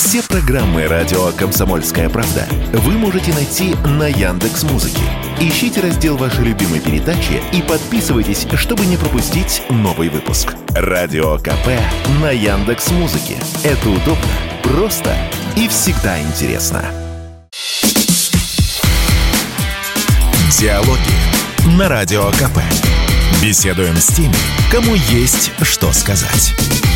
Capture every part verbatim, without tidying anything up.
Все программы радио «Комсомольская правда» вы можете найти на Яндекс.Музыке. Ищите раздел вашей любимой передачи и подписывайтесь, чтобы не пропустить новый выпуск. Радио КП на Яндекс.Музыке. Это удобно, просто и всегда интересно. Диалоги на Радио КП. Беседуем с теми, кому есть что сказать.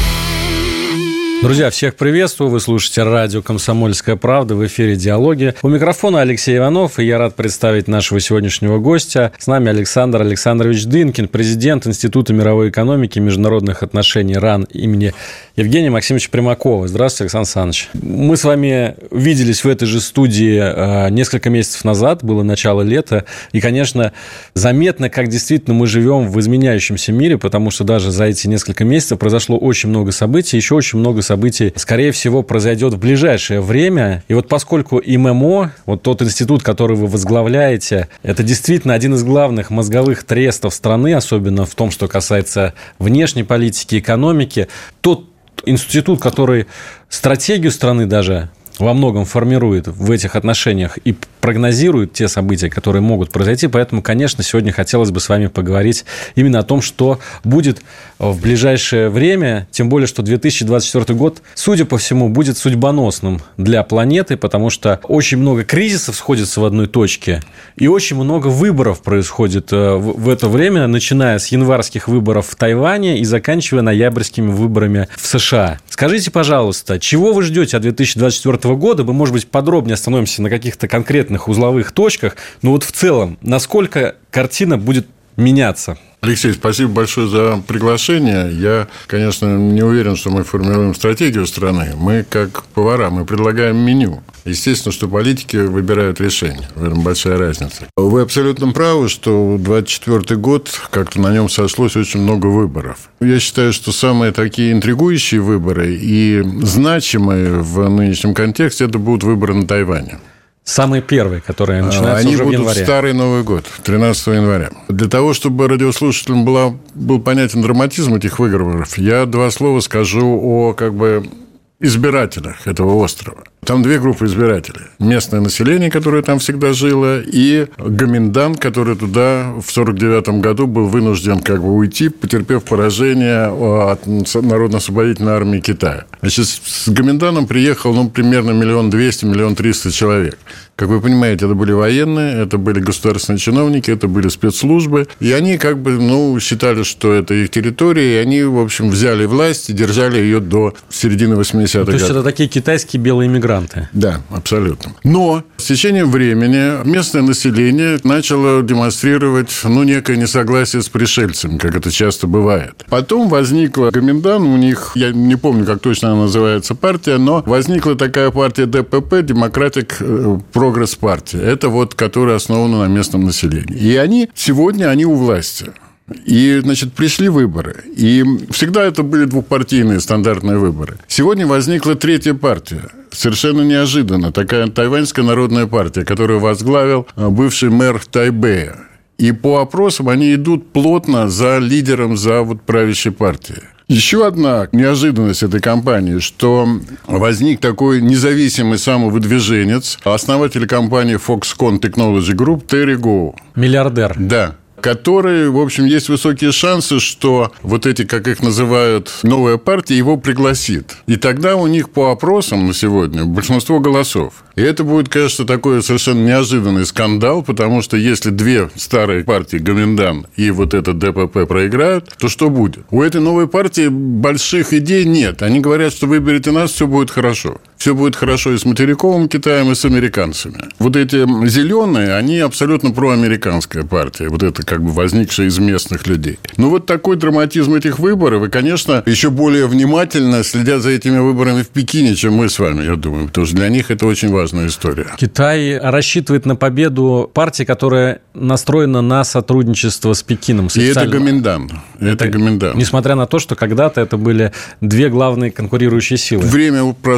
Друзья, всех приветствую. Вы слушаете радио «Комсомольская правда», в эфире «Диалоги». У микрофона Алексей Иванов, и я рад представить нашего сегодняшнего гостя. С нами Александр Александрович Дынкин, президент Института мировой экономики и международных отношений РАН имени Евгения Максимовича Примакова. Здравствуйте, Александр Александрович. Мы с вами виделись в этой же студии несколько месяцев назад, было начало лета, и, конечно, заметно, как действительно мы живем в изменяющемся мире, потому что даже за эти несколько месяцев произошло очень много событий, еще очень много событий событий, скорее всего, произойдет в ближайшее время. И вот поскольку ИММО, вот тот институт, который вы возглавляете, это действительно один из главных мозговых трестов страны, особенно в том, что касается внешней политики, экономики, тот институт, который стратегию страны даже во многом формирует в этих отношениях и прогнозирует те события, которые могут произойти. Поэтому, конечно, сегодня хотелось бы с вами поговорить именно о том, что будет в ближайшее время, тем более, что две тысячи двадцать четвёртый год, судя по всему, будет судьбоносным для планеты, потому что очень много кризисов сходится в одной точке, и очень много выборов происходит в это время, начиная с январских выборов в Тайване и заканчивая ноябрьскими выборами в США. Скажите, пожалуйста, чего вы ждете от две тысячи двадцать четвёртого года? Мы, может быть, подробнее остановимся на каких-то конкретных узловых точках, но вот в целом, насколько картина будет меняться? Алексей, спасибо большое за приглашение. Я, конечно, не уверен, что мы формируем стратегию страны. Мы, как повара, мы предлагаем меню. Естественно, что политики выбирают решения. В этом большая разница. Вы абсолютно правы, что двадцать четвёртый год, как-то на нем сошлось очень много выборов. Я считаю, что самые такие интригующие выборы и значимые в нынешнем контексте, это будут выборы на Тайване. Самые первые, которые начинаются Они уже в январе. Они будут в Старый Новый год, тринадцатого января. Для того, чтобы радиослушателям была, был понятен драматизм этих выборов, я два слова скажу о как бы избирателях этого острова. Там две группы избирателей. Местное население, которое там всегда жило, и Гоминдан, который туда в сорок девятом году был вынужден как бы уйти, потерпев поражение от Народно-освободительной армии Китая. Значит, с Гоминданом приехал ну, примерно миллион двести, миллион триста человек. Как вы понимаете, это были военные, это были государственные чиновники, это были спецслужбы. И они как бы ну, считали, что это их территория, и они, в общем, взяли власть и держали ее до середины восьмидесятых годов. То есть, это такие китайские белые мигранты? Да, абсолютно. Но с течением времени местное население начало демонстрировать ну, некое несогласие с пришельцами, как это часто бывает. Потом возникла Гоминдан, у них, я не помню, как точно она называется партия, но возникла такая партия ДПП, Democratic Progress Party. Это вот, которая основана на местном населении. И они сегодня, они у власти. И, значит, пришли выборы. И всегда это были двухпартийные стандартные выборы. Сегодня возникла третья партия. Совершенно неожиданно. Такая Тайваньская народная партия, которую возглавил бывший мэр Тайбэя. И по опросам они идут плотно за лидером, за вот правящей партией. Еще одна неожиданность этой кампании, что возник такой независимый самовыдвиженец, основатель компании Foxconn Technology Group Терри Гоу. Миллиардер. Да. Который, в общем, есть высокие шансы, что вот эти, как их называют, новая партия его пригласит. И тогда у них по опросам на сегодня большинство голосов. И это будет, конечно, такой совершенно неожиданный скандал, потому что если две старые партии, Гоминдан и вот этот ДПП, проиграют, то что будет? У этой новой партии больших идей нет. Они говорят, что выберите нас, все будет хорошо. Все будет хорошо и с материковым Китаем, и с американцами. Вот эти зеленые, они абсолютно проамериканская партия. Вот это как бы возникшая из местных людей. Ну, вот такой драматизм этих выборов. И, конечно, еще более внимательно следят за этими выборами в Пекине, чем мы с вами, я думаю. Потому что для них это очень важная история. Китай рассчитывает на победу партии, которая настроена на сотрудничество с Пекином. С и это Гоминдан. Это, это Гоминдан. Несмотря на то, что когда-то это были две главные конкурирующие силы. Время прошло.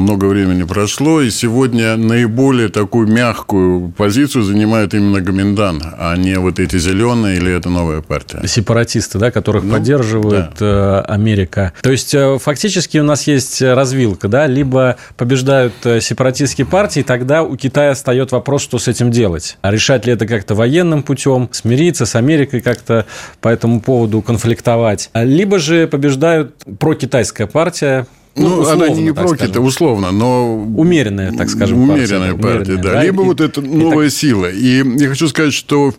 много времени прошло, и сегодня наиболее такую мягкую позицию занимает именно Гоминдан, а не вот эти зеленые или это новая партия. Сепаратисты, да, которых ну, поддерживает да. Америка. То есть, фактически у нас есть развилка, да, либо побеждают сепаратистские партии, тогда у Китая встает вопрос, что с этим делать. А решать ли это как-то военным путем, смириться с Америкой как-то по этому поводу конфликтовать. Либо же побеждают прокитайская партия. Ну, ну условно, она не прокита, условно, но... Умеренная, так скажем, умеренная партия. партия умеренная, да. да. Либо и, вот эта новая так... сила. И я хочу сказать, что в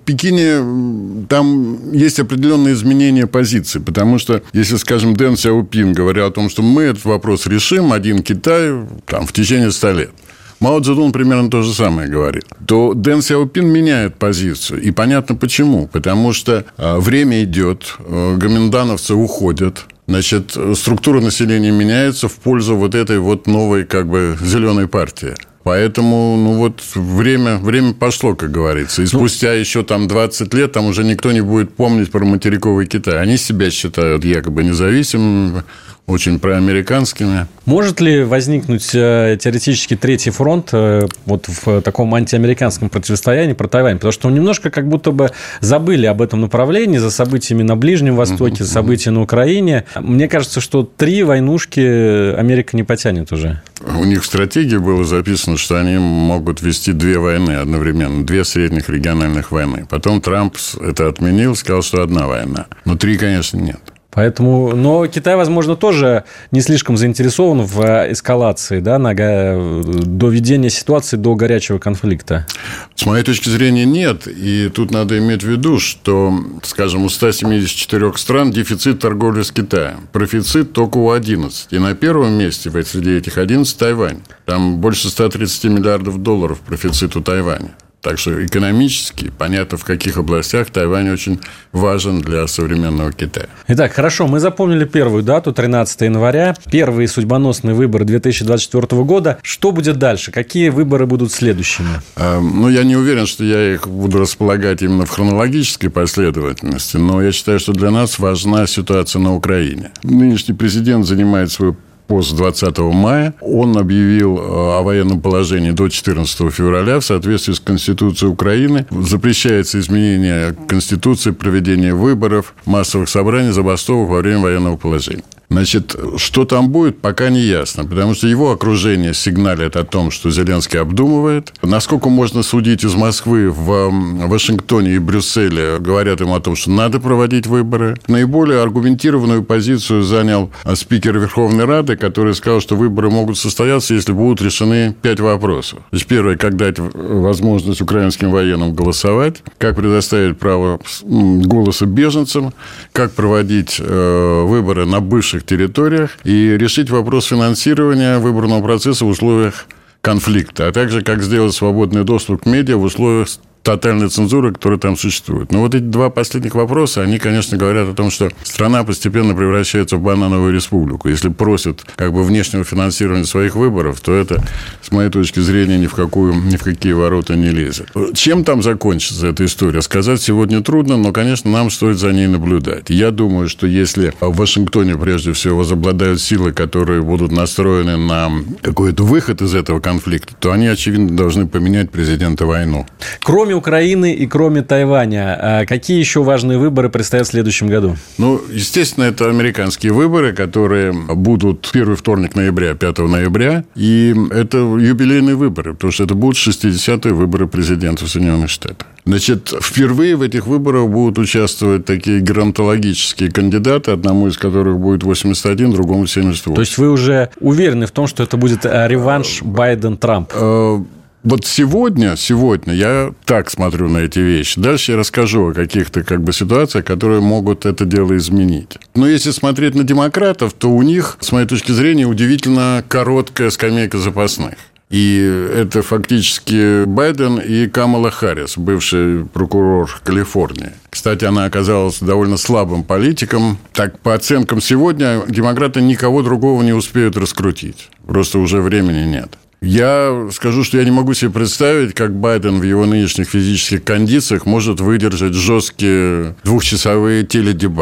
Пекине там есть определенные изменения позиций. Потому что, если, скажем, Дэн Сяопин говорил о том, что мы этот вопрос решим, один Китай, там, в течение ста лет. Мао Цзэдун примерно то же самое говорит. То Дэн Сяопин меняет позицию. И понятно почему. Потому что время идет, гоминдановцы уходят. Значит, структура населения меняется в пользу вот этой вот новой, как бы, зеленой партии. Поэтому, ну вот, время, время пошло, как говорится. И спустя еще там двадцать лет там уже никто не будет помнить про материковый Китай. Они себя считают якобы независимыми, очень проамериканскими. Может ли возникнуть теоретически третий фронт вот в таком антиамериканском противостоянии про Тайвань? Потому что немножко как будто бы забыли об этом направлении, за событиями на Ближнем Востоке, за события на Украине. Мне кажется, что три войнушки Америка не потянет уже. У них в стратегии было записано, что они могут вести две войны одновременно, две средних региональных войны. Потом Трамп это отменил, сказал, что одна война. Но три, конечно, нет. Поэтому, но Китай, возможно, тоже не слишком заинтересован в эскалации, да, на доведения ситуации до горячего конфликта. С моей точки зрения, нет. И тут надо иметь в виду, что, скажем, у ста семидесяти четырёх стран дефицит торговли с Китаем. Профицит только у одиннадцати. И на первом месте среди этих одиннадцати Тайвань. Там больше ста тридцати миллиардов долларов профицит у Тайваня. Так что экономически понятно, в каких областях Тайвань очень важен для современного Китая. Итак, хорошо, мы запомнили первую дату, тринадцатого января, первые судьбоносные выборы две тысячи двадцать четвёртого года. Что будет дальше? Какие выборы будут следующими? А, ну, я не уверен, что я их буду располагать именно в хронологической последовательности, но я считаю, что для нас важна ситуация на Украине. Нынешний президент занимает свою пост двадцатого мая. Он объявил о военном положении до четырнадцатого февраля в соответствии с Конституцией Украины. Запрещается изменение Конституции, проведение выборов, массовых собраний, забастовок во время военного положения. Значит, что там будет, пока не ясно, потому что его окружение сигналит о том, что Зеленский обдумывает. Насколько можно судить из Москвы, в Вашингтоне и Брюсселе говорят ему о том, что надо проводить выборы. Наиболее аргументированную позицию занял спикер Верховной Рады, который сказал, что выборы могут состояться, если будут решены пять вопросов. То есть, первое, как дать возможность украинским военным голосовать, как предоставить право голоса беженцам, как проводить выборы на бывших территориях и решить вопрос финансирования выборного процесса в условиях конфликта, а также как сделать свободный доступ к медиа в условиях тотальной цензуры, которая там существует. Но вот эти два последних вопроса, они, конечно, говорят о том, что страна постепенно превращается в банановую республику. Если просят как бы внешнего финансирования своих выборов, то это, с моей точки зрения, ни в какую, ни в какие ворота не лезет. Чем там закончится эта история, сказать сегодня трудно, но, конечно, нам стоит за ней наблюдать. Я думаю, что если в Вашингтоне, прежде всего, возобладают силы, которые будут настроены на какой-то выход из этого конфликта, то они, очевидно, должны поменять президента войну. Кроме Украины и кроме Тайваня, какие еще важные выборы предстоят в следующем году? Ну, естественно, это американские выборы, которые будут первый вторник ноября, пятого ноября. И это юбилейные выборы, потому что это будут шестидесятые выборы президента Соединенных Штатов. Значит, впервые в этих выборах будут участвовать такие геронтологические кандидаты, одному из которых будет восемьдесят один, другому семьдесят восемь. То есть, вы уже уверены в том, что это будет реванш Байден-Трамп? Вот сегодня, сегодня я так смотрю на эти вещи. Дальше я расскажу о каких-то как бы ситуациях, которые могут это дело изменить. Но если смотреть на демократов, то у них, с моей точки зрения, удивительно короткая скамейка запасных. И это фактически Байден и Камала Харрис, бывший прокурор Калифорнии. Кстати, она оказалась довольно слабым политиком. Так, по оценкам сегодня, демократы никого другого не успеют раскрутить. Просто уже времени нет. Я скажу, что я не могу себе представить, как Байден в его нынешних физических кондициях может выдержать жесткие двухчасовые теледебаты.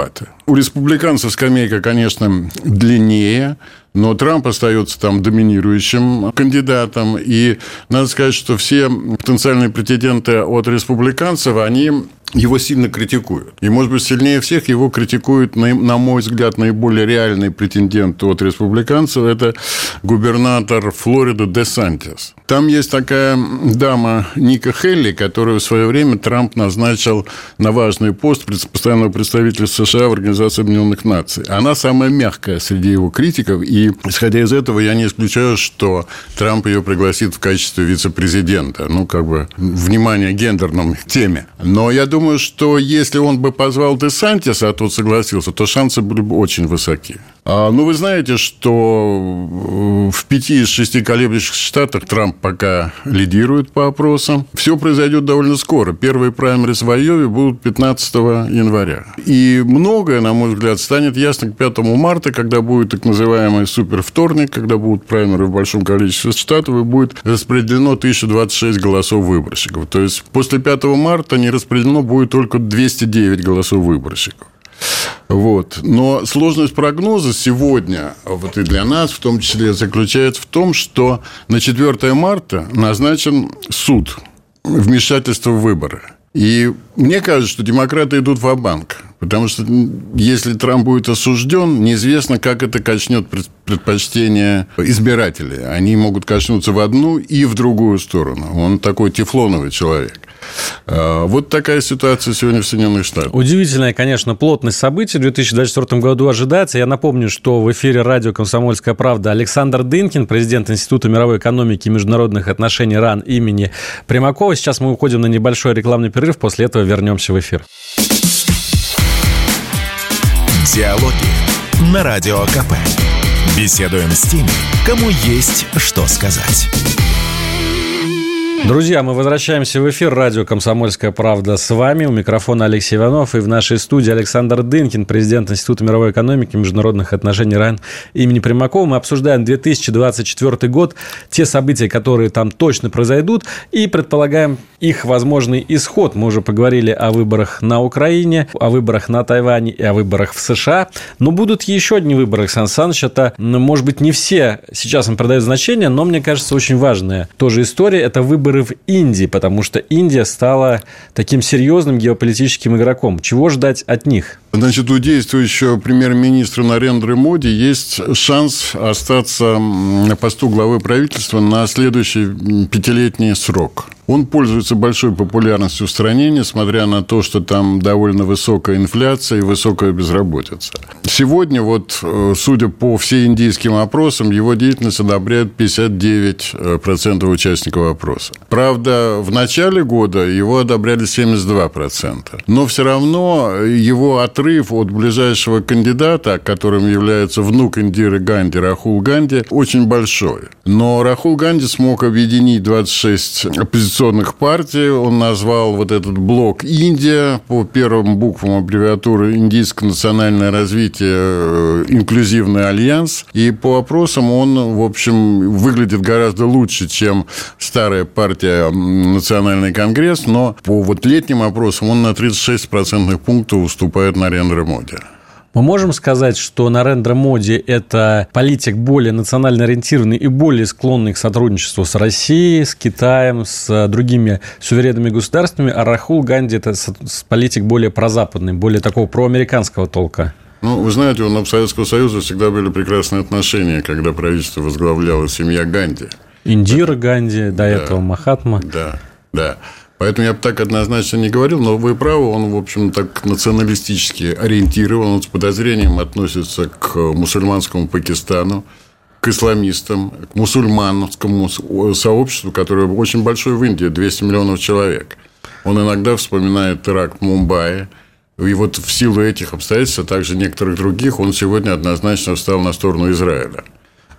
У республиканцев скамейка, конечно, длиннее, но Трамп остается там доминирующим кандидатом. И надо сказать, что все потенциальные претенденты от республиканцев, они его сильно критикуют. И, может быть, сильнее всех его критикует, на мой взгляд, наиболее реальный претендент от республиканцев – это губернатор Флориды Де Сантис. Там есть такая дама Ника Хелли, которую в свое время Трамп назначил на важный пост постоянного представителя США в Организации Объединенных Наций. Она самая мягкая среди его критиков, и, исходя из этого, я не исключаю, что Трамп ее пригласит в качестве вице-президента. Ну, как бы, внимание гендерной теме. Но я думаю, Думаю, что если он бы позвал Де Сантиса, а тот согласился, то шансы были бы очень высоки. А, ну, вы знаете, что в пяти из шести колеблющихся штатах Трамп пока лидирует по опросам. Все произойдет довольно скоро. Первые праймерис в Айове будут пятнадцатого января. И многое, на мой взгляд, станет ясно к пятому марта, когда будет так называемый супервторник, когда будут праймеры в большом количестве штатов, и будет распределено тысяча двадцать шесть голосов выборщиков. То есть, после пятого марта не распределено будет только двести девять голосов выборщиков. Вот. Но сложность прогноза сегодня, вот и для нас в том числе, заключается в том, что на четвёртого марта назначен суд, вмешательство в выборы. И мне кажется, что демократы идут ва-банк. Потому что если Трамп будет осужден, неизвестно, как это качнет предпочтение избирателей. Они могут качнуться в одну и в другую сторону. Он такой тефлоновый человек. Вот такая ситуация сегодня в Соединенных Штатах. Удивительная, конечно, плотность событий в две тысячи двадцать четвёртом году ожидается. Я напомню, что в эфире радио «Комсомольская правда» Александр Дынкин, президент Института мировой экономики и международных отношений РАН имени Примакова. Сейчас мы уходим на небольшой рекламный перерыв, после этого вернемся в эфир. Диалоги на Радио КП. Беседуем с теми, кому есть что сказать. Друзья, мы возвращаемся в эфир. Радио «Комсомольская правда» с вами. У микрофона Алексей Иванов. И в нашей студии Александр Дынкин, президент Института мировой экономики и международных отношений РАН имени Примакова. Мы обсуждаем две тысячи двадцать четвёртый год, те события, которые там точно произойдут, и предполагаем их возможный исход. Мы уже поговорили о выборах на Украине, о выборах на Тайване и о выборах в США. Но будут еще одни выборы, Александр Александрович. Это, может быть, не все сейчас им придают значение, но, мне кажется, очень важная тоже история. Это выборы в Индии, потому что Индия стала таким серьезным геополитическим игроком. Чего ждать от них? Значит, у действующего премьер-министра Нарендры Моди есть шанс остаться на посту главы правительства на следующий пятилетний срок. Он пользуется большой популярностью в стране, несмотря на то, что там довольно высокая инфляция и высокая безработица. Сегодня, вот, судя по всеиндийским опросам, его деятельность одобряют пятьдесят девять процентов участников опроса. Правда, в начале года его одобряли семьдесят два процента. Но все равно его отрыв от ближайшего кандидата, которым является внук Индиры Ганди, Рахул Ганди, очень большой. Но Рахул Ганди смог объединить двадцать шесть оппозиционных партий. Он назвал вот этот блок «Индия» по первым буквам аббревиатуры «Индийское национальное развитие. Инклюзивный альянс». И по опросам он, в общем, выглядит гораздо лучше, чем старая партия «Национальный конгресс». Но по вот летним опросам он на тридцать шесть процентных пунктов уступает Нарендре Моди. Мы можем сказать, что Нарендра Моди – это политик более национально ориентированный и более склонный к сотрудничеству с Россией, с Китаем, с другими суверенными государствами, а Рахул Ганди – это политик более прозападный, более такого проамериканского толка? Ну, вы знаете, у Советского Союза всегда были прекрасные отношения, когда правительство возглавляла семья Ганди. Индира Ганди, до да, этого Махатма. Да, да. Поэтому я бы так однозначно не говорил, но вы правы, он, в общем, так националистически ориентирован, он с подозрением относится к мусульманскому Пакистану, к исламистам, к мусульманскому сообществу, которое очень большое в Индии, двести миллионов человек. Он иногда вспоминает теракт в Мумбаи. И вот в силу этих обстоятельств, а также некоторых других, он сегодня однозначно встал на сторону Израиля.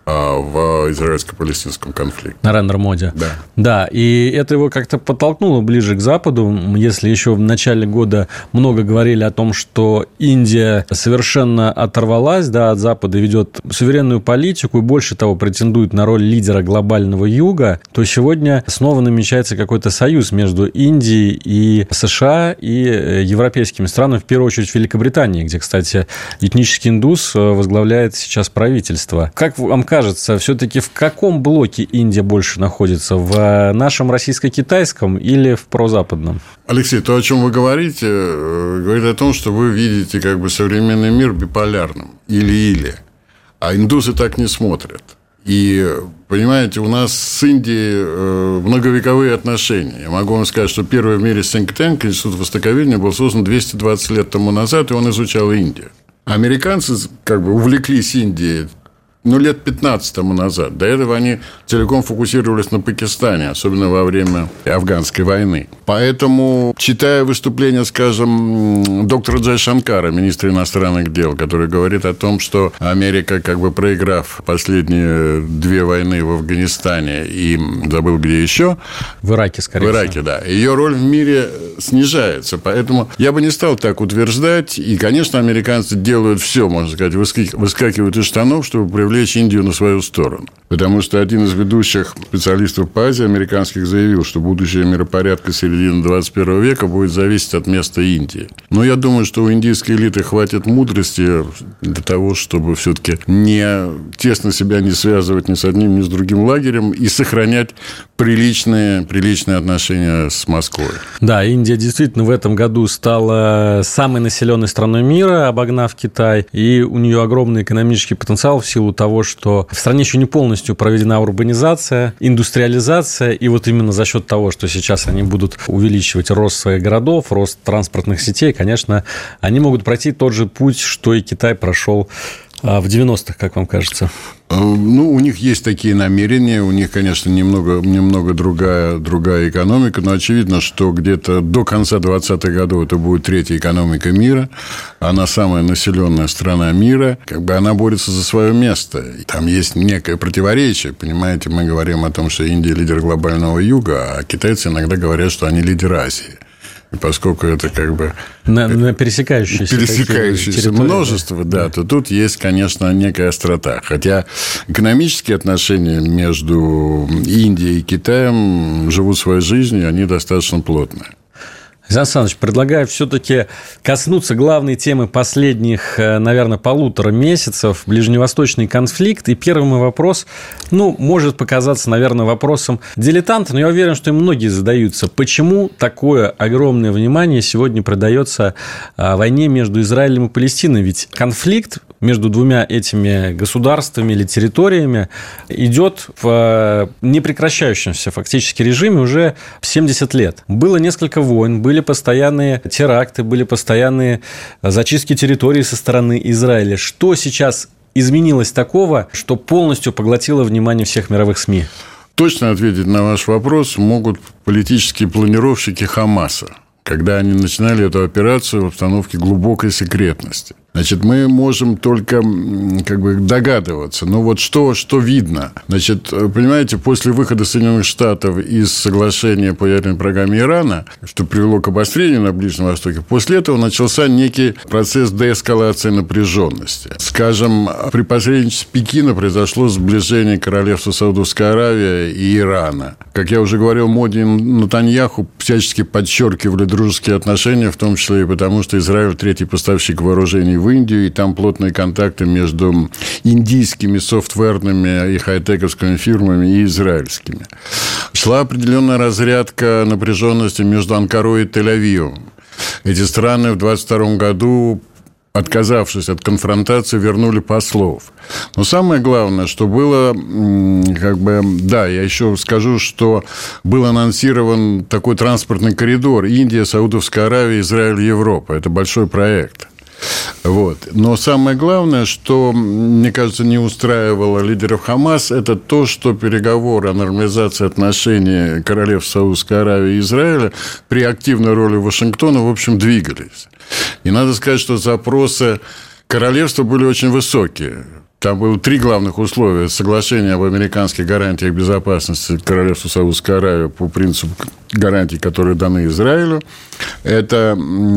в израильско-палестинском конфликте. Нарендра Моди. Да. Да, и это его как-то подтолкнуло ближе к Западу. Если еще в начале года много говорили о том, что Индия совершенно оторвалась, да, от Запада, ведет суверенную политику и, больше того, претендует на роль лидера глобального Юга, то сегодня снова намечается какой-то союз между Индией и США и европейскими странами, в первую очередь Великобританией, где, кстати, этнический индус возглавляет сейчас правительство. Как вам кажется, все-таки в каком блоке Индия больше находится? В нашем российско-китайском или в прозападном? Алексей, то, о чем вы говорите, говорит о том, что вы видите как бы современный мир биполярным. Или-или. А индусы так не смотрят. И, понимаете, у нас с Индией многовековые отношения. Я могу вам сказать, что первый в мире think tank, Институт Востоковедения, был создан двести двадцать лет тому назад, и он изучал Индию. Американцы как бы увлеклись Индией, ну, лет пятнадцать тому назад. До этого они целиком фокусировались на Пакистане, особенно во время афганской войны. Поэтому, читая выступление, скажем, доктора Джайшанкара, министра иностранных дел, который говорит о том, что Америка, как бы проиграв последние две войны в Афганистане и забыл, где еще. В Ираке, скорее всего. В Ираке, да. Ее роль в мире снижается. Поэтому я бы не стал так утверждать. И, конечно, американцы делают все, можно сказать, выскакивают из штанов, чтобы привлечь Индию на свою сторону. Потому что один из ведущих специалистов по Азии американских заявил, что будущее миропорядка середины двадцать первого века будет зависеть от места Индии. Но я думаю, что у индийской элиты хватит мудрости для того, чтобы все-таки не тесно себя не связывать ни с одним, ни с другим лагерем и сохранять приличные, приличные отношения с Москвой. Да, Индия действительно в этом году стала самой населенной страной мира, обогнав Китай, и у нее огромный экономический потенциал в силу того, что в стране еще не полностью проведена урбанизация, индустриализация, и вот именно за счет того, что сейчас они будут увеличивать рост своих городов, рост транспортных сетей, конечно, они могут пройти тот же путь, что и Китай прошел в девяностых, как вам кажется? Ну, у них есть такие намерения, у них, конечно, немного, немного другая, другая экономика, но очевидно, что где-то до конца двадцатых годов это будет третья экономика мира, она самая населенная страна мира, как бы она борется за свое место. И там есть некое противоречие, понимаете, мы говорим о том, что Индия лидер глобального юга, а китайцы иногда говорят, что они лидер Азии. И поскольку это как бы... На, на пересекающиеся, пересекающееся множество, да. да, то тут есть, конечно, некая острота. Хотя экономические отношения между Индией и Китаем живут своей жизнью, они достаточно плотные. Александр Александрович, предлагаю все-таки коснуться главной темы последних, наверное, полутора месяцев – ближневосточный конфликт. И первый мой вопрос, ну, может показаться, наверное, вопросом дилетанта, но я уверен, что и многие задаются. Почему такое огромное внимание сегодня придается войне между Израилем и Палестиной? Ведь конфликт между двумя этими государствами или территориями идет в непрекращающемся фактически режиме уже семьдесят лет. Было несколько войн, были постоянные теракты, были постоянные зачистки территории со стороны Израиля. Что сейчас изменилось такого, что полностью поглотило внимание всех мировых СМИ? Точно ответить на ваш вопрос могут политические планировщики Хамаса, когда они начинали эту операцию в обстановке глубокой секретности. Значит, мы можем только как бы догадываться. Но вот что, что видно? Значит, понимаете, после выхода Соединенных Штатов из соглашения по ядерной программе Ирана, что привело к обострению на Ближнем Востоке, после этого начался некий процесс деэскалации напряженности. Скажем, при посредничестве Пекина произошло сближение королевства Саудовской Аравии и Ирана. Как я уже говорил, Моди и Нетаньяху всячески подчеркивали дружеские отношения, в том числе и потому, что Израиль – третий поставщик вооружений в Индию, и там плотные контакты между индийскими софтверными и хай-тековскими фирмами и израильскими. Шла определенная разрядка напряженности между Анкарой и Тель-Авивом. Эти страны в двадцать втором году, отказавшись от конфронтации, вернули послов. Но самое главное, что было, как бы, да, я еще скажу, что был анонсирован такой транспортный коридор Индия, Саудовская Аравия, Израиль, Европа. Это большой проект. Вот. Но самое главное, что, мне кажется, не устраивало лидеров Хамас, это то, что переговоры о нормализации отношений королевств Саудовской Аравии и Израиля при активной роли Вашингтона, в общем, двигались. И надо сказать, что запросы королевства были очень высокие. Там было три главных условия. Соглашение об американских гарантиях безопасности Королевства Саудовской Аравии по принципу гарантий, которые даны Израилю. Это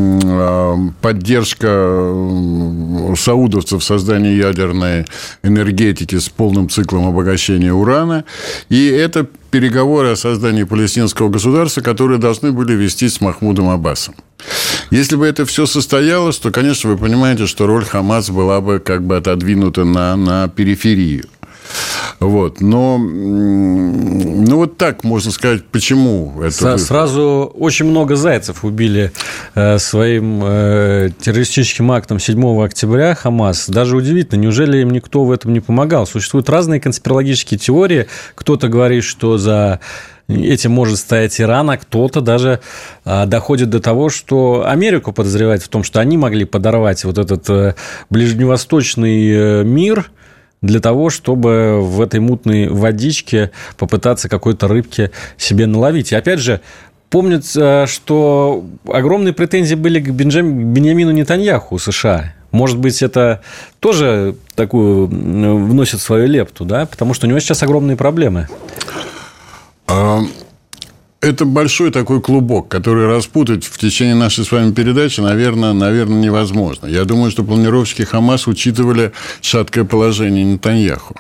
поддержка саудовцев в создании ядерной энергетики с полным циклом обогащения урана. И это переговоры о создании палестинского государства, которые должны были вестись с Махмудом Аббасом. Если бы это все состоялось, то, конечно, вы понимаете, что роль Хамас была бы как бы отодвинута на, на периферию. Вот. Но ну, вот так можно сказать, почему это... Сразу очень много зайцев убили э, своим э, террористическим актом седьмого октября Хамас. Даже удивительно, неужели им никто в этом не помогал? Существуют разные конспирологические теории. Кто-то говорит, что за... этим может стоять Иран, а кто-то даже а, доходит до того, что Америку подозревает в том, что они могли подорвать вот этот а, ближневосточный а, мир для того, чтобы в этой мутной водичке попытаться какой-то рыбки себе наловить. И опять же, помнится, что огромные претензии были к Бенджам... Беньямину Нетаньяху США. Может быть, это тоже такую вносит свою лепту, да? Потому что у него сейчас огромные проблемы. Это большой такой клубок, который распутать в течение нашей с вами передачи, наверное, наверное, невозможно. Я думаю, что планировщики Хамас учитывали шаткое положение Нетаньяху.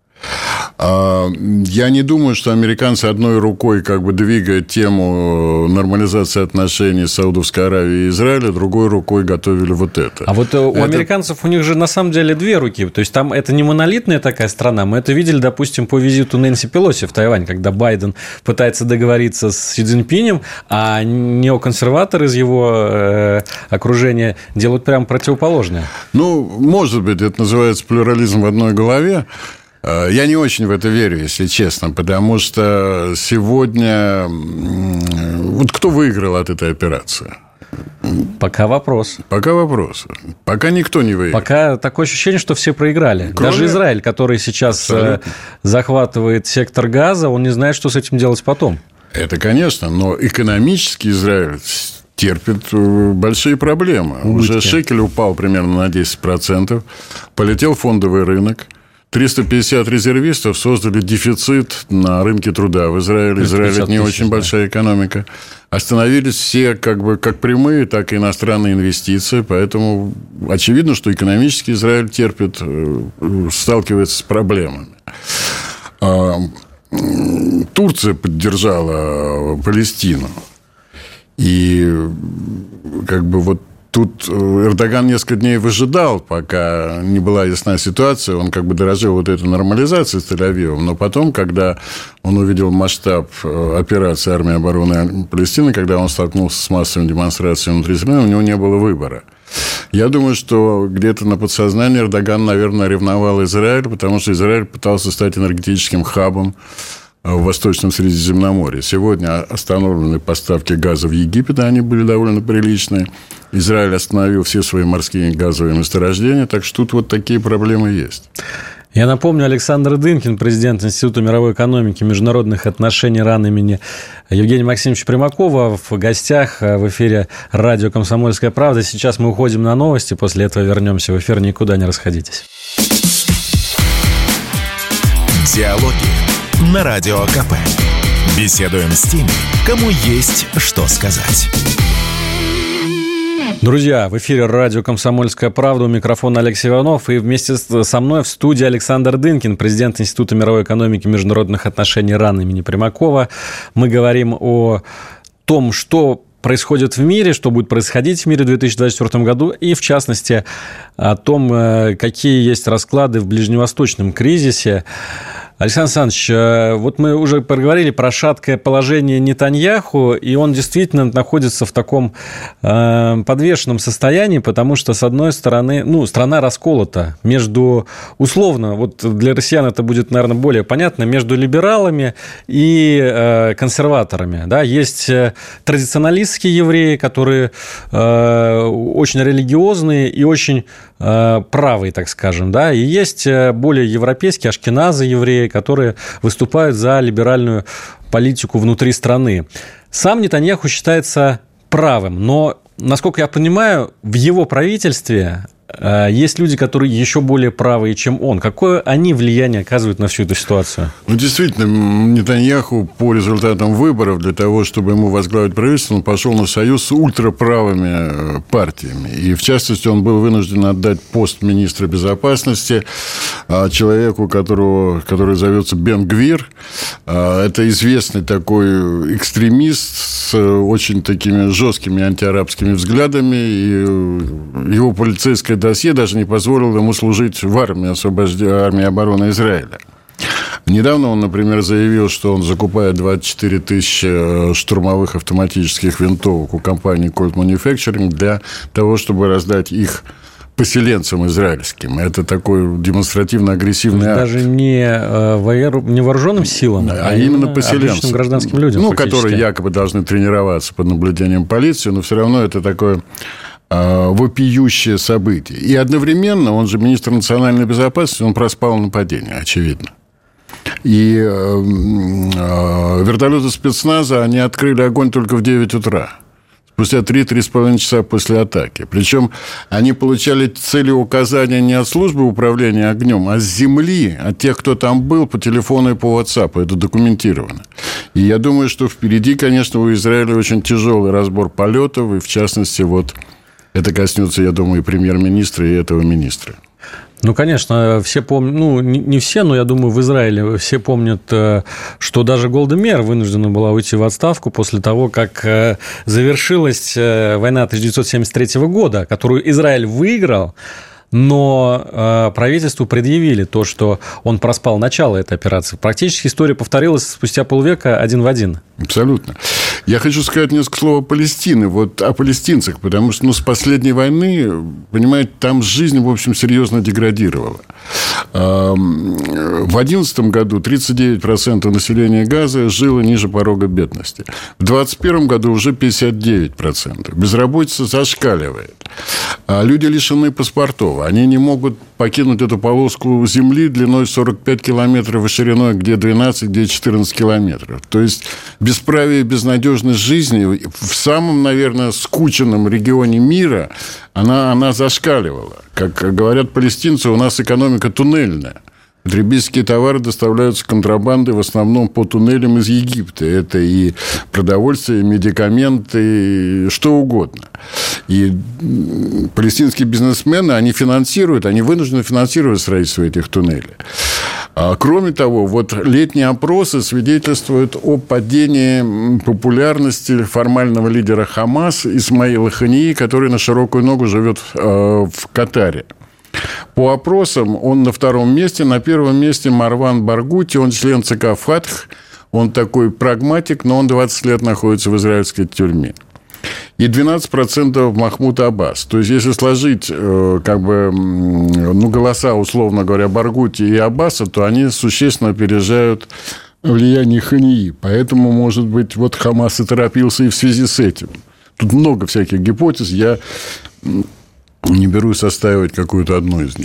Я не думаю, что американцы одной рукой как бы двигают тему нормализации отношений Саудовской Аравии и Израиля, другой рукой готовили вот это. А вот у это... американцев у них же на самом деле две руки. То есть там это не монолитная такая страна. Мы это видели, допустим, по визиту Нэнси Пелоси в Тайвань, когда Байден пытается договориться с Си Цзиньпинем, а неоконсерваторы из его э, окружения делают прямо противоположное. Ну, может быть, это называется плюрализм в одной голове. Я не очень в это верю, если честно, потому что сегодня... Вот кто выиграл от этой операции? Пока вопрос. Пока вопрос. Пока никто не выиграл. Пока такое ощущение, что все проиграли. Кроме... Даже Израиль, который сейчас Абсолютно. захватывает сектор Газа, он не знает, что с этим делать потом. Это, конечно, но экономически Израиль... терпит большие проблемы. Убытки. Уже шекель упал примерно на десять процентов. Полетел фондовый рынок. триста пятьдесят резервистов создали дефицит на рынке труда в Израиле. Израиль – это не очень да. большая экономика. Остановились все как бы как прямые, так и иностранные инвестиции. Поэтому очевидно, что экономически Израиль терпит, сталкивается с проблемами. Турция поддержала Палестину. И как бы вот тут Эрдоган несколько дней выжидал, пока не была ясна ситуация. Он как бы дорожил вот этой нормализацией с Тель-Авивом. Но потом, когда он увидел масштаб операции армии обороны Палестины, когда он столкнулся с массовыми демонстрациями внутри страны, у него не было выбора. Я думаю, что где-то на подсознании Эрдоган, наверное, ревновал Израиль, потому что Израиль пытался стать энергетическим хабом в Восточном Средиземноморье. Сегодня остановлены поставки газа в Египет, они были довольно приличные. Израиль остановил все свои морские газовые месторождения, так что тут вот такие проблемы есть. Я напомню, Александр Дынкин, президент Института мировой экономики и международных отношений РАН имени Евгения Максимовича Примакова в гостях в эфире радио «Комсомольская правда». Сейчас мы уходим на новости, после этого вернемся в эфир, никуда не расходитесь. Диалоги на Радио КП. Беседуем с теми, кому есть что сказать. Друзья, в эфире радио «Комсомольская правда», у микрофона Алексей Иванов, и вместе со мной в студии Александр Дынкин, президент Института мировой экономики и международных отношений РАН имени Примакова. Мы говорим о том, что происходит в мире, что будет происходить в мире в две тысячи двадцать четвёртом году, и, в частности, о том, какие есть расклады в ближневосточном кризисе. Александр Александрович, вот мы уже поговорили про шаткое положение Нетаньяху, и он действительно находится в таком э, подвешенном состоянии, потому что, с одной стороны, ну, страна расколота между, условно, вот для россиян это будет, наверное, более понятно, между либералами и э, консерваторами. Да? Есть традиционалистские евреи, которые э, очень религиозные и очень э, правые, так скажем, да? И есть более европейские, ашкеназы евреи, которые выступают за либеральную политику внутри страны. Сам Нетаньяху считается правым, но, насколько я понимаю, в его правительстве есть люди, которые еще более правые, чем он. Какое они влияние оказывают на всю эту ситуацию? Ну, действительно, Нетаньяху по результатам выборов для того, чтобы ему возглавить правительство, он пошел на союз с ультраправыми партиями. И, в частности, он был вынужден отдать пост министра безопасности человеку, которого, который зовется Бен Гвир. Это известный такой экстремист с очень такими жесткими антиарабскими взглядами. И его полицейское досье даже не позволило ему служить в армии, освобожд... армии обороны Израиля. Недавно он, например, заявил, что он закупает двадцать четыре тысячи штурмовых автоматических винтовок у компании Colt Manufacturing для того, чтобы раздать их поселенцам израильским. Это такой демонстративно-агрессивный акт. Даже не, воер... не вооруженным силам, а, а именно поселенцам. Обычным гражданским людям. Ну, которые якобы должны тренироваться под наблюдением полиции, но все равно это такое вопиющее событие. И одновременно, он же министр национальной безопасности, он проспал нападение, очевидно. И э, э, вертолеты спецназа, они открыли огонь только в девять утра. Спустя три-три с половиной часа после атаки. Причем они получали целеуказания не от службы управления огнем, а с земли, от тех, кто там был, по телефону и по WhatsApp. Это документировано. И я думаю, что впереди, конечно, у Израиля очень тяжелый разбор полетов. И, в частности, вот это коснется, я думаю, и премьер-министра, и этого министра. Ну, конечно, все помнят, ну, не все, но я думаю, в Израиле все помнят, что даже Голда Меир вынуждена была уйти в отставку после того, как завершилась война тысяча девятьсот семьдесят третьего года, которую Израиль выиграл, но правительству предъявили то, что он проспал начало этой операции. Практически история повторилась спустя полвека один в один. Абсолютно. Я хочу сказать несколько слов о Палестине, вот о палестинцах, потому что, ну, с последней войны, понимаете, там жизнь, в общем, серьезно деградировала. В две тысячи одиннадцатом году тридцать девять процентов населения Газы жило ниже порога бедности. В две тысячи двадцать первом году уже пятьдесят девять процентов. Безработица зашкаливает. Люди лишены паспортов. Они не могут покинуть эту полоску земли длиной сорок пять километров и шириной где двенадцать, где четырнадцать километров. То есть бесправие и безнадежность жизни в самом, наверное, скученном регионе мира, она, она зашкаливала. Как говорят палестинцы, у нас экономика туннельная. Потребительские товары доставляются контрабандой в основном по туннелям из Египта. Это и продовольствие, и медикаменты, и что угодно. И палестинские бизнесмены, они финансируют, они вынуждены финансировать строительство этих туннелей. А кроме того, вот летние опросы свидетельствуют о падении популярности формального лидера Хамас Исмаила Хании, который на широкую ногу живет в Катаре. По опросам он на втором месте. На первом месте Марван Баргути. Он член ЦК «Фатх». Он такой прагматик, но он двадцать лет находится в израильской тюрьме. И двенадцать процентов Махмуд Аббас. То есть, если сложить как бы, ну, голоса, условно говоря, Баргути и Аббаса, то они существенно опережают влияние Хании. Поэтому, может быть, вот Хамас и торопился и в связи с этим. Тут много всяких гипотез. Я не берусь составить какую-то одну из них.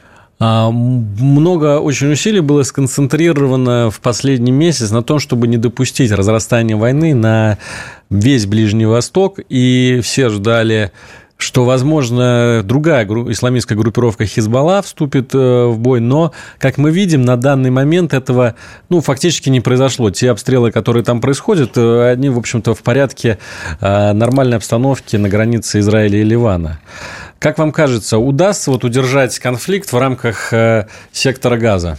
Много очень усилий было сконцентрировано в последний месяц на том, чтобы не допустить разрастания войны на весь Ближний Восток. И все ждали, что, возможно, другая исламистская группировка Хизбалла вступит в бой. Но, как мы видим, на данный момент этого, ну, фактически не произошло. Те обстрелы, которые там происходят, они, в общем-то, в порядке нормальной обстановки на границе Израиля и Ливана. Как вам кажется, удастся вот удержать конфликт в рамках э, сектора Газа?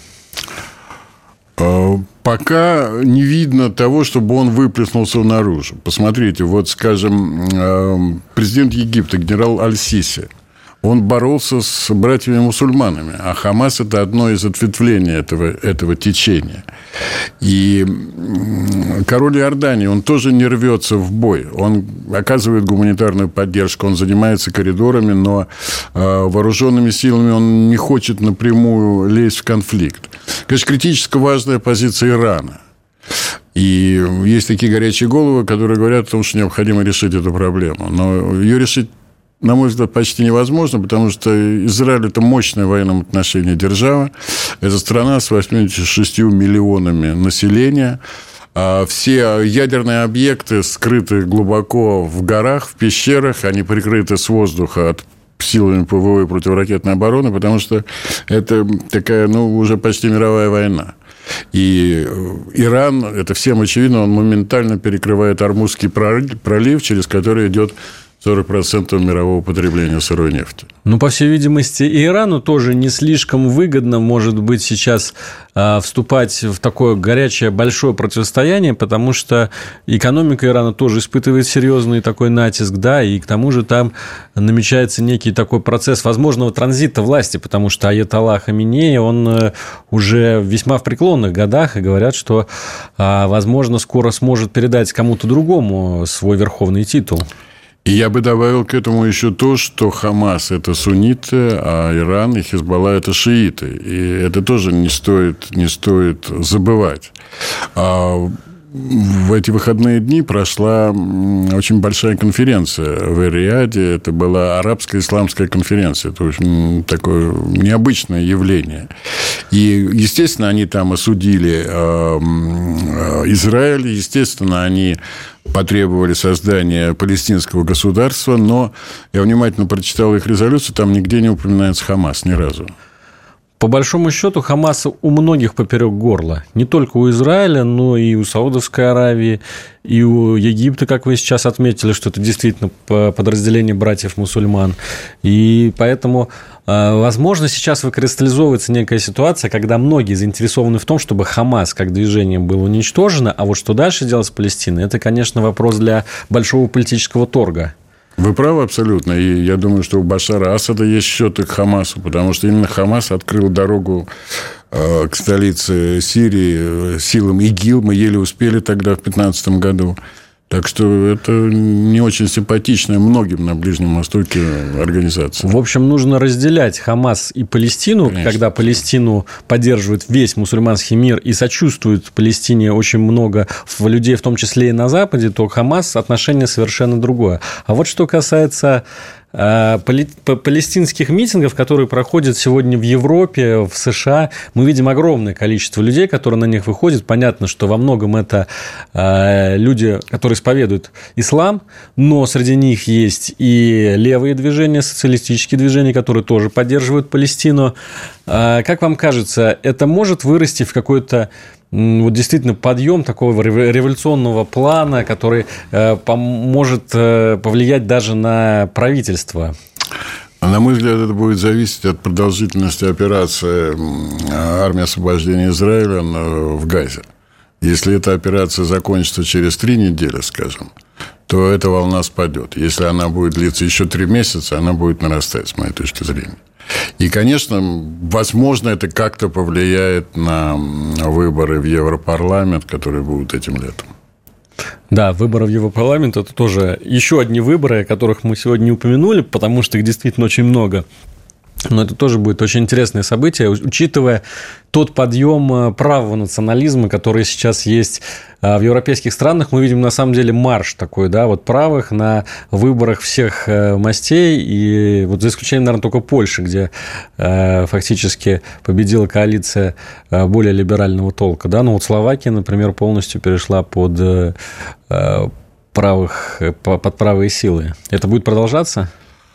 Пока не видно того, чтобы он выплеснулся наружу. Посмотрите, вот, скажем, э, президент Египта, генерал Аль-Сиси, он боролся с братьями-мусульманами, а Хамас – это одно из ответвлений этого, этого течения. И король Иордании, он тоже не рвется в бой. Он оказывает гуманитарную поддержку, он занимается коридорами, но вооруженными силами он не хочет напрямую лезть в конфликт. Конечно, критически важная позиция Ирана. И есть такие горячие головы, которые говорят о том, что необходимо решить эту проблему. Но ее решить, на мой взгляд, почти невозможно, потому что Израиль – это мощная в военном отношении держава. Это страна с восемьдесят шестью миллионами населения. Все ядерные объекты скрыты глубоко в горах, в пещерах. Они прикрыты с воздуха от силами ПВО и противоракетной обороны, потому что это такая, ну, уже почти мировая война. И Иран, это всем очевидно, он моментально перекрывает Ормузский пролив, через который идет сорок процентов мирового потребления сырой нефти. Ну, по всей видимости, и Ирану тоже не слишком выгодно, может быть, сейчас э, вступать в такое горячее, большое противостояние, потому что экономика Ирана тоже испытывает серьезный такой натиск, да, и к тому же там намечается некий такой процесс возможного транзита власти, потому что аятолла Хаминеи, он э, уже весьма в преклонных годах, и говорят, что, э, возможно, скоро сможет передать кому-то другому свой верховный титул. И я бы добавил к этому еще то, что Хамас – это сунниты, а Иран и Хизбалла – это шииты. И это тоже не стоит, не стоит забывать. А в эти выходные дни прошла очень большая конференция в Эр-Рияде. Это была арабская исламская конференция. Это очень такое необычное явление. И, естественно, они там осудили Израиль. Естественно, они потребовали создания палестинского государства, но я внимательно прочитал их резолюцию, там нигде не упоминается Хамас ни разу. По большому счету, Хамаса у многих поперек горла. Не только у Израиля, но и у Саудовской Аравии, и у Египта, как вы сейчас отметили, что это действительно подразделение братьев-мусульман. И поэтому, возможно, сейчас выкристаллизовывается некая ситуация, когда многие заинтересованы в том, чтобы Хамас как движение было уничтожено, а вот что дальше делать с Палестиной, это, конечно, вопрос для большого политического торга. Вы правы абсолютно. И я думаю, что у Башара Асада есть счеты к Хамасу, потому что именно Хамас открыл дорогу к столице Сирии силам ИГИЛ. Мы еле успели тогда в две тысячи пятнадцатом году. Так что это не очень симпатичная многим на Ближнем Востоке организация. В общем, нужно разделять Хамас и Палестину. Конечно. Когда Палестину поддерживает весь мусульманский мир и сочувствует Палестине очень много людей, в том числе и на Западе, то Хамас отношение совершенно другое. А вот что касается палестинских митингов, которые проходят сегодня в Европе, в США, мы видим огромное количество людей, которые на них выходят. Понятно, что во многом это люди, которые исповедуют ислам, но среди них есть и левые движения, социалистические движения, которые тоже поддерживают Палестину. Как вам кажется, это может вырасти в какой-то вот действительно подъем такого революционного плана, который может повлиять даже на правительство? На мой взгляд, это будет зависеть от продолжительности операции армии освобождения Израиля в Газе. Если эта операция закончится через три недели, скажем, то эта волна спадет. Если она будет длиться еще три месяца, она будет нарастать, с моей точки зрения. И, конечно, возможно, это как-то повлияет на выборы в Европарламент, которые будут этим летом. Да, выборы в Европарламент – это тоже еще одни выборы, о которых мы сегодня не упомянули, потому что их действительно очень много. Но это тоже будет очень интересное событие, учитывая тот подъем правого национализма, который сейчас есть в европейских странах. Мы видим, на самом деле, марш такой, да, вот правых на выборах всех мастей. И вот за исключением, наверное, только Польши, где фактически победила коалиция более либерального толка. Да? Но вот Словакия, например, полностью перешла под, правых, под правые силы. Это будет продолжаться?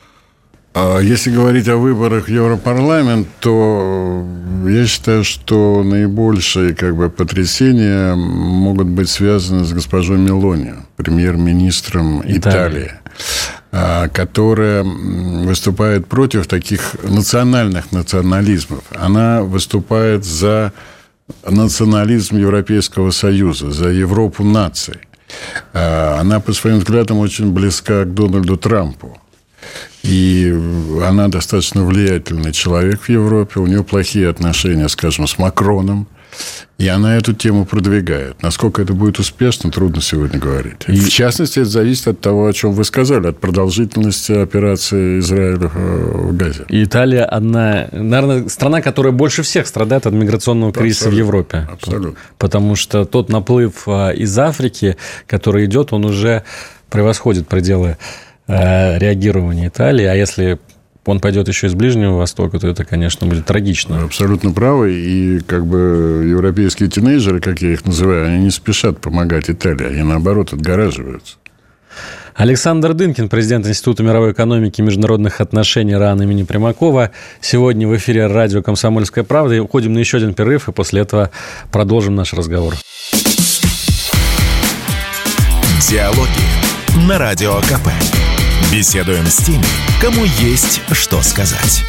Если говорить о выборах в Европарламент, то я считаю, что наибольшие как бы, потрясения могут быть связаны с госпожой Мелони, премьер-министром Италии, Италия. Которая выступает против таких национальных национализмов. Она выступает за национализм Европейского Союза, за Европу наций. Она по своим взглядам очень близка к Дональду Трампу. И она достаточно влиятельный человек в Европе. У нее плохие отношения, скажем, с Макроном. И она эту тему продвигает. Насколько это будет успешно, трудно сегодня говорить. И... В частности, это зависит от того, о чем вы сказали, от продолжительности операции Израиля в Газе. И Италия одна, наверное, страна, которая больше всех страдает от миграционного кризиса абсолютно, в Европе. Абсолютно. Потому что тот наплыв из Африки, который идет, он уже превосходит пределы реагирования Италии, а если он пойдет еще из Ближнего Востока, то это, конечно, будет трагично. Вы абсолютно правы. И как бы европейские тинейджеры, как я их называю, они не спешат помогать Италии, они, наоборот, отгораживаются. Александр Дынкин, президент Института мировой экономики и международных отношений РАН имени Примакова. Сегодня в эфире радио «Комсомольская правда». И уходим на еще один перерыв, и после этого продолжим наш разговор. Диалоги на Радио КП. Беседуем с теми, кому есть что сказать.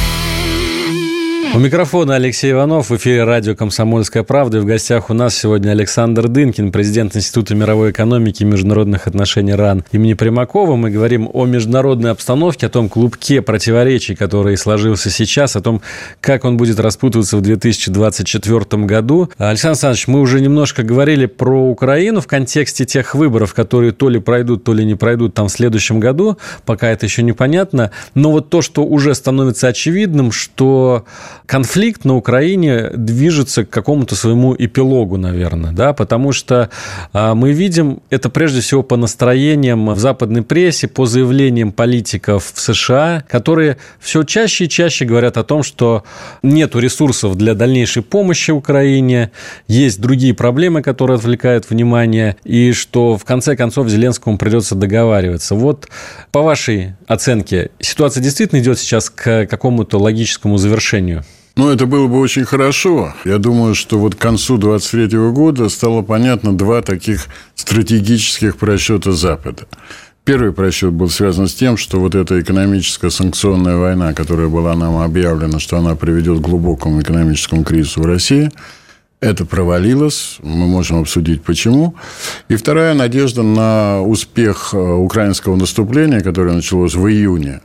У микрофона Алексей Иванов, в эфире радио «Комсомольская правда». И в гостях у нас сегодня Александр Дынкин, президент Института мировой экономики и международных отношений РАН имени Примакова. Мы говорим о международной обстановке, о том клубке противоречий, который сложился сейчас, о том, как он будет распутываться в две тысячи двадцать четвёртом году. Александр Александрович, мы уже немножко говорили про Украину в контексте тех выборов, которые то ли пройдут, то ли не пройдут там в следующем году. Пока это еще непонятно. Но вот то, что уже становится очевидным, что конфликт на Украине движется к какому-то своему эпилогу, наверное, да, потому что а, мы видим это прежде всего по настроениям в западной прессе, по заявлениям политиков в США, которые все чаще и чаще говорят о том, что нету ресурсов для дальнейшей помощи Украине, есть другие проблемы, которые отвлекают внимание, и что в конце концов Зеленскому придется договариваться. Вот по вашей оценке, ситуация действительно идет сейчас к какому-то логическому завершению? Ну, это было бы очень хорошо. Я думаю, что вот к концу двадцать третьего года стало понятно два таких стратегических просчета Запада. Первый просчет был связан с тем, что вот эта экономическая санкционная война, которая была нам объявлена, что она приведет к глубокому экономическому кризису в России, это провалилось, мы можем обсудить почему. И вторая надежда на успех украинского наступления, которое началось в июне.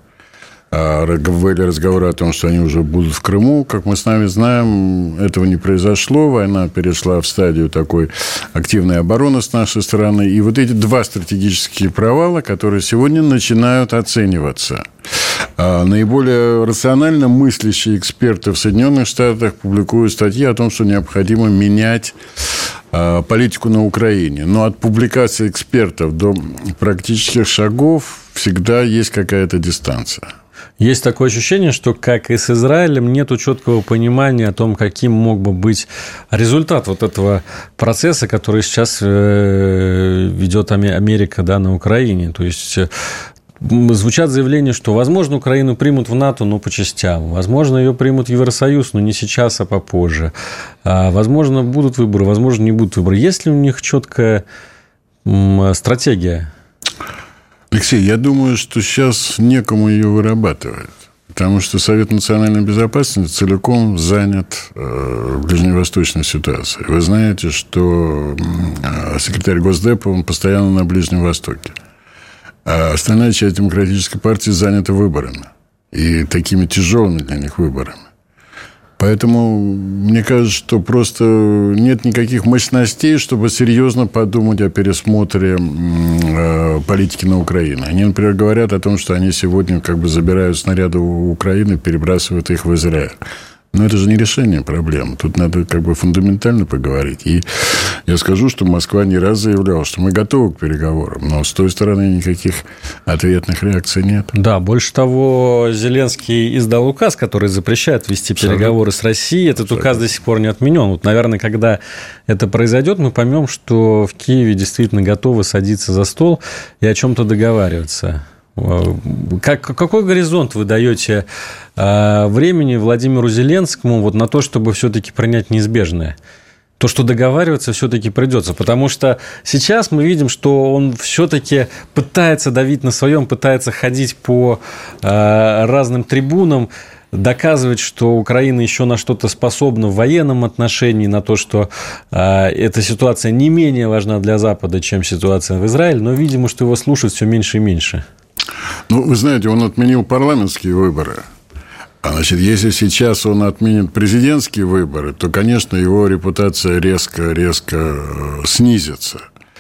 Были разговоры о том, что они уже будут в Крыму. Как мы с вами знаем, этого не произошло. Война перешла в стадию такой активной обороны с нашей стороны. И вот эти два стратегические провала, которые сегодня начинают оцениваться. Наиболее рационально мыслящие эксперты в Соединенных Штатах публикуют статьи о том, что необходимо менять политику на Украине. Но от публикации экспертов до практических шагов всегда есть какая-то дистанция. Есть такое ощущение, что, как и с Израилем, нет четкого понимания о том, каким мог бы быть результат вот этого процесса, который сейчас ведет Америка, да, на Украине. То есть звучат заявления, что, возможно, Украину примут в НАТО, но по частям. Возможно, ее примут в Евросоюз, но не сейчас, а попозже. Возможно, будут выборы, возможно, не будут выборы. Есть ли у них четкая стратегия? Алексей, я думаю, что сейчас некому ее вырабатывать. Потому что Совет национальной безопасности целиком занят в ближневосточной ситуации. Вы знаете, что секретарь Госдепа, он постоянно на Ближнем Востоке. А остальная часть Демократической партии занята выборами. И такими тяжелыми для них выборами. Поэтому мне кажется, что просто нет никаких мощностей, чтобы серьезно подумать о пересмотре политики на Украине. Они, например, говорят о том, что они сегодня как бы забирают снаряды у Украины, перебрасывают их в Израиль. Но это же не решение проблемы. Тут надо как бы фундаментально поговорить. И я скажу, что Москва не раз заявляла, что мы готовы к переговорам. Но с той стороны никаких ответных реакций нет. Да, больше того, Зеленский издал указ, который запрещает вести Абсолютно. переговоры с Россией. Этот Абсолютно. указ до сих пор не отменен. Вот, наверное, когда это произойдет, мы поймем, что в Киеве действительно готовы садиться за стол и о чем-то договариваться. Как, какой горизонт вы даете э, времени Владимиру Зеленскому вот на то, чтобы все-таки принять неизбежное? То, что договариваться все-таки придется. Потому что сейчас мы видим, что он все-таки пытается давить на своем, пытается ходить по э, разным трибунам, доказывать, что Украина еще на что-то способна в военном отношении, на то, что э, эта ситуация не менее важна для Запада, чем ситуация в Израиле. Но, видимо, что его слушают все меньше и меньше. Ну, вы знаете, он отменил парламентские выборы. А, значит, если сейчас он отменит президентские выборы, то, конечно, его репутация резко-резко снизится.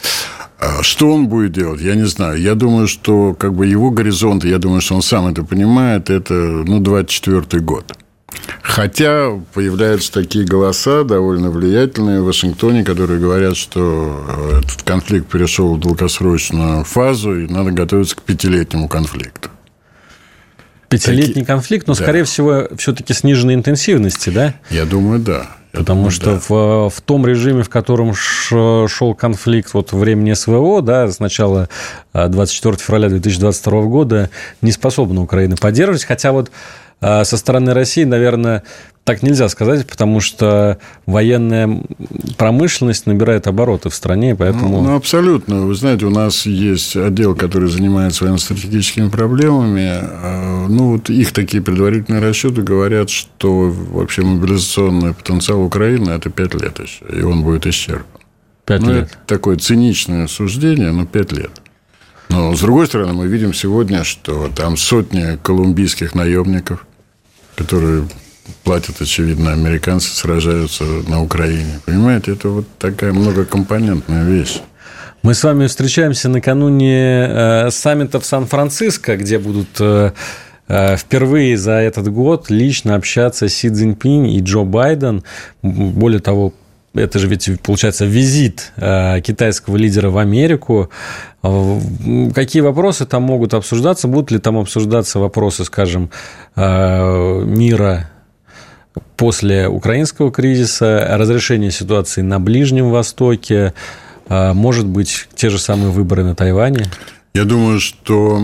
А что он будет делать, я не знаю. Я думаю, что как бы его горизонт, я думаю, что он сам это понимает, это ну, двадцать четвёртый год. Хотя появляются такие голоса, довольно влиятельные в Вашингтоне, которые говорят, что этот конфликт перешел в долгосрочную фазу, и надо готовиться к пятилетнему конфликту. Пятилетний Таки... конфликт, но, да. скорее всего, все-таки сниженной интенсивности, да? Я думаю, да. Потому что да. в, в том режиме, в котором шел конфликт вот времени СВО, да, с начала двадцать четвёртого февраля две тысячи двадцать второго года, не способна Украина поддерживать. Хотя вот со стороны России, наверное, так нельзя сказать, потому что военная промышленность набирает обороты в стране, поэтому... Ну, ну, абсолютно. Вы знаете, у нас есть отдел, который занимается военно-стратегическими проблемами. Ну, вот их такие предварительные расчеты говорят, что вообще мобилизационный потенциал Украины – это пять лет еще, и он будет исчерпан. Пять ну, лет. Это такое циничное суждение, но пять лет. Но, с другой стороны, мы видим сегодня, что там сотни колумбийских наемников, которые платят, очевидно, американцы, сражаются на Украине. Понимаете, это вот такая многокомпонентная вещь. Мы с вами встречаемся накануне э, саммита в Сан-Франциско, где будут э, э, впервые за этот год лично общаться Си Цзиньпинь и Джо Байден. Более того, это же ведь, получается, визит э, китайского лидера в Америку. Какие вопросы там могут обсуждаться? Будут ли там обсуждаться вопросы, скажем, э, мира после украинского кризиса, разрешения ситуации на Ближнем Востоке, э, может быть, те же самые выборы на Тайване? Я думаю, что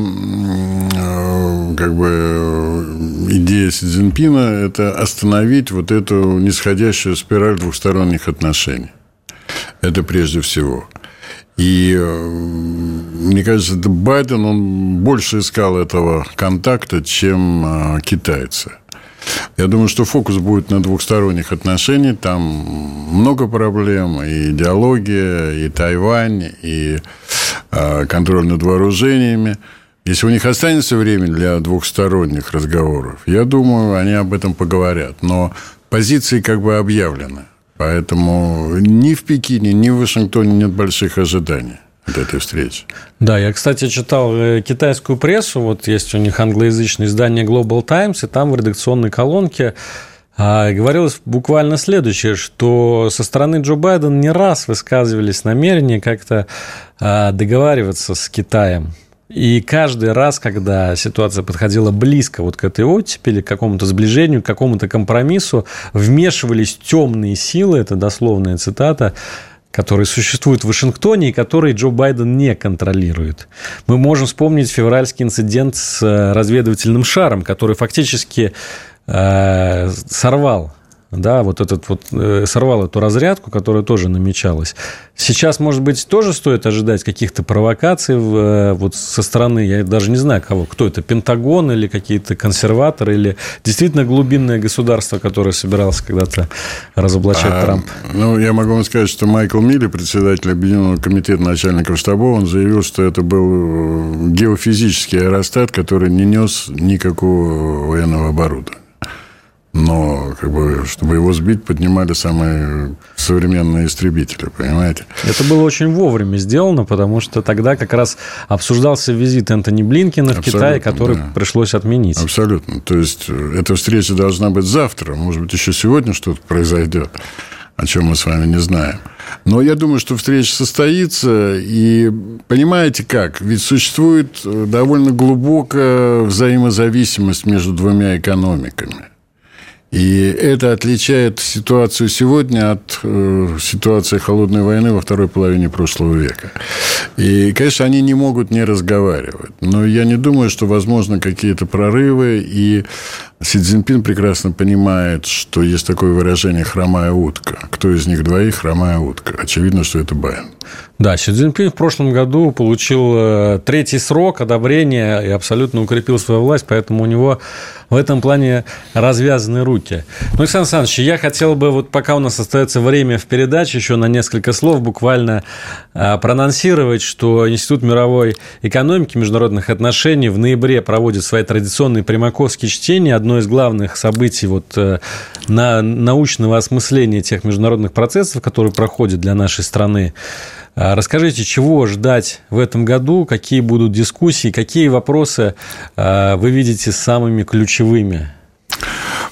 э, как бы идея Си Цзиньпина – это остановить вот эту нисходящую спираль двухсторонних отношений. Это прежде всего. И мне кажется, Байден, он больше искал этого контакта, чем э, китайцы. Я думаю, что фокус будет на двухсторонних отношениях. Там много проблем. И идеология, и Тайвань, и э, контроль над вооружениями. Если у них останется время для двухсторонних разговоров, я думаю, они об этом поговорят. Но позиции как бы объявлены. Поэтому ни в Пекине, ни в Вашингтоне нет больших ожиданий от этой встречи. Да, я, кстати, читал китайскую прессу. Вот есть у них англоязычное издание Global Times, и там в редакционной колонке говорилось буквально следующее, что со стороны Джо Байдена не раз высказывались намерения как-то договариваться с Китаем. И каждый раз, когда ситуация подходила близко вот к этой оттепели, к какому-то сближению, к какому-то компромиссу, вмешивались темные силы, это дословная цитата, которые существуют в Вашингтоне и которые Джо Байден не контролирует. Мы можем вспомнить февральский инцидент с разведывательным шаром, который фактически э, сорвал, да, вот этот вот, э, сорвал эту разрядку, которая тоже намечалась. Сейчас, может быть, тоже стоит ожидать каких-то провокаций в, вот со стороны, я даже не знаю кого, кто это, Пентагон или какие-то консерваторы, или действительно глубинное государство, которое собиралось когда-то разоблачать а, Трамп? Ну, я могу вам сказать, что Майкл Милли, председатель Объединенного комитета начальников штабов, он заявил, что это был геофизический аэростат, который не нес никакого военного оборудования. Но, как бы, чтобы его сбить, поднимали самые современные истребители, понимаете? Это было очень вовремя сделано, потому что тогда как раз обсуждался визит Энтони Блинкена в Китай, который да. пришлось отменить. Абсолютно. То есть, эта встреча должна быть завтра. Может быть, еще сегодня что-то произойдет, о чем мы с вами не знаем. Но я думаю, что встреча состоится. И понимаете как? Ведь существует довольно глубокая взаимозависимость между двумя экономиками. И это отличает ситуацию сегодня от э, ситуации холодной войны во второй половине прошлого века. И, конечно, они не могут не разговаривать. Но я не думаю, что возможны какие-то прорывы. И Си Цзиньпин прекрасно понимает, что есть такое выражение «хромая утка». Кто из них двоих хромая утка? Очевидно, что это Байден. Да, Си Цзиньпин в прошлом году получил третий срок одобрения и абсолютно укрепил свою власть, поэтому у него в этом плане развязаны руки. Ну, Александр Александрович, я хотел бы, вот пока у нас остается время в передаче, еще на несколько слов буквально проанонсировать, что Институт мировой экономики и международных отношений в ноябре проводит свои традиционные примаковские чтения. Одно из главных событий вот, на научного осмысления тех международных процессов, которые проходят для нашей страны. Расскажите, чего ждать в этом году, какие будут дискуссии, какие вопросы вы видите самыми ключевыми?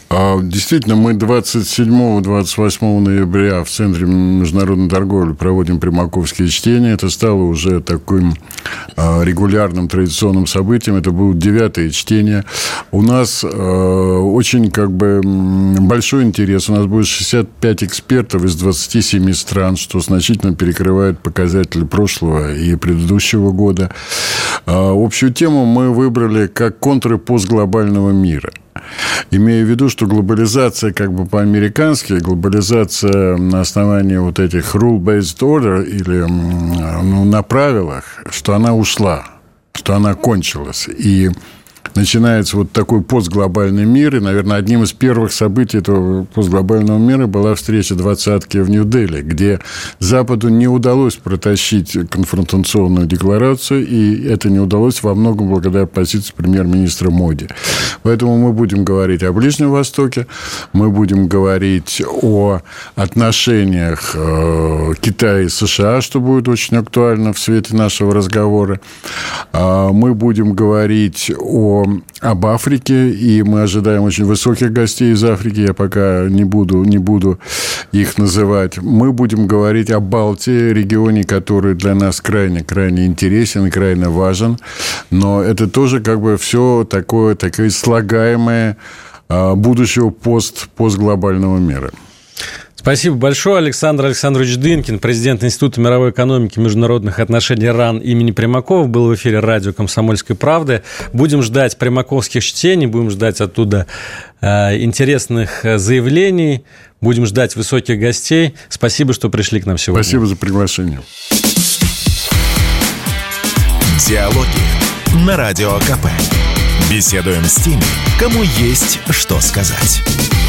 Действительно, мы двадцать седьмого - двадцать восьмого ноября в Центре международной торговли проводим примаковские чтения. Это стало уже таким регулярным традиционным событием. Это будет девятое чтение. У нас очень как бы большой интерес. У нас будет шестьдесят пять экспертов из двадцати семи стран, что значительно перекрывает показатели прошлого и предыдущего года. Общую тему мы выбрали как контр- и постглобального мира. Имея в виду, что глобализация как бы по-американски, глобализация на основании вот этих rule-based order или ну, на правилах, что она ушла, что она кончилась. И начинается вот такой постглобальный мир. И, наверное, одним из первых событий этого постглобального мира была встреча двадцатки в Нью-Дели, где Западу не удалось протащить конфронтационную декларацию, и это не удалось во многом благодаря позиции премьер-министра Моди. Поэтому мы будем говорить о Ближнем Востоке, мы будем говорить о отношениях Китая и США, что будет очень актуально в свете нашего разговора. Мы будем говорить о об Африке, и мы ожидаем очень высоких гостей из Африки. Я пока не буду, не буду их называть. Мы будем говорить о Балтии, регионе, который для нас крайне-крайне интересен и крайне важен. Но это тоже как бы все такое, такое слагаемое будущего пост, постглобального мира. Спасибо большое. Александр Александрович Дынкин, президент Института мировой экономики и международных отношений РАН имени Примакова, был в эфире радио «Комсомольской правды». Будем ждать примаковских чтений, будем ждать оттуда э, интересных заявлений, будем ждать высоких гостей. Спасибо, что пришли к нам сегодня. Спасибо за приглашение. Диалоги на Радио КП. Беседуем с теми, кому есть что сказать.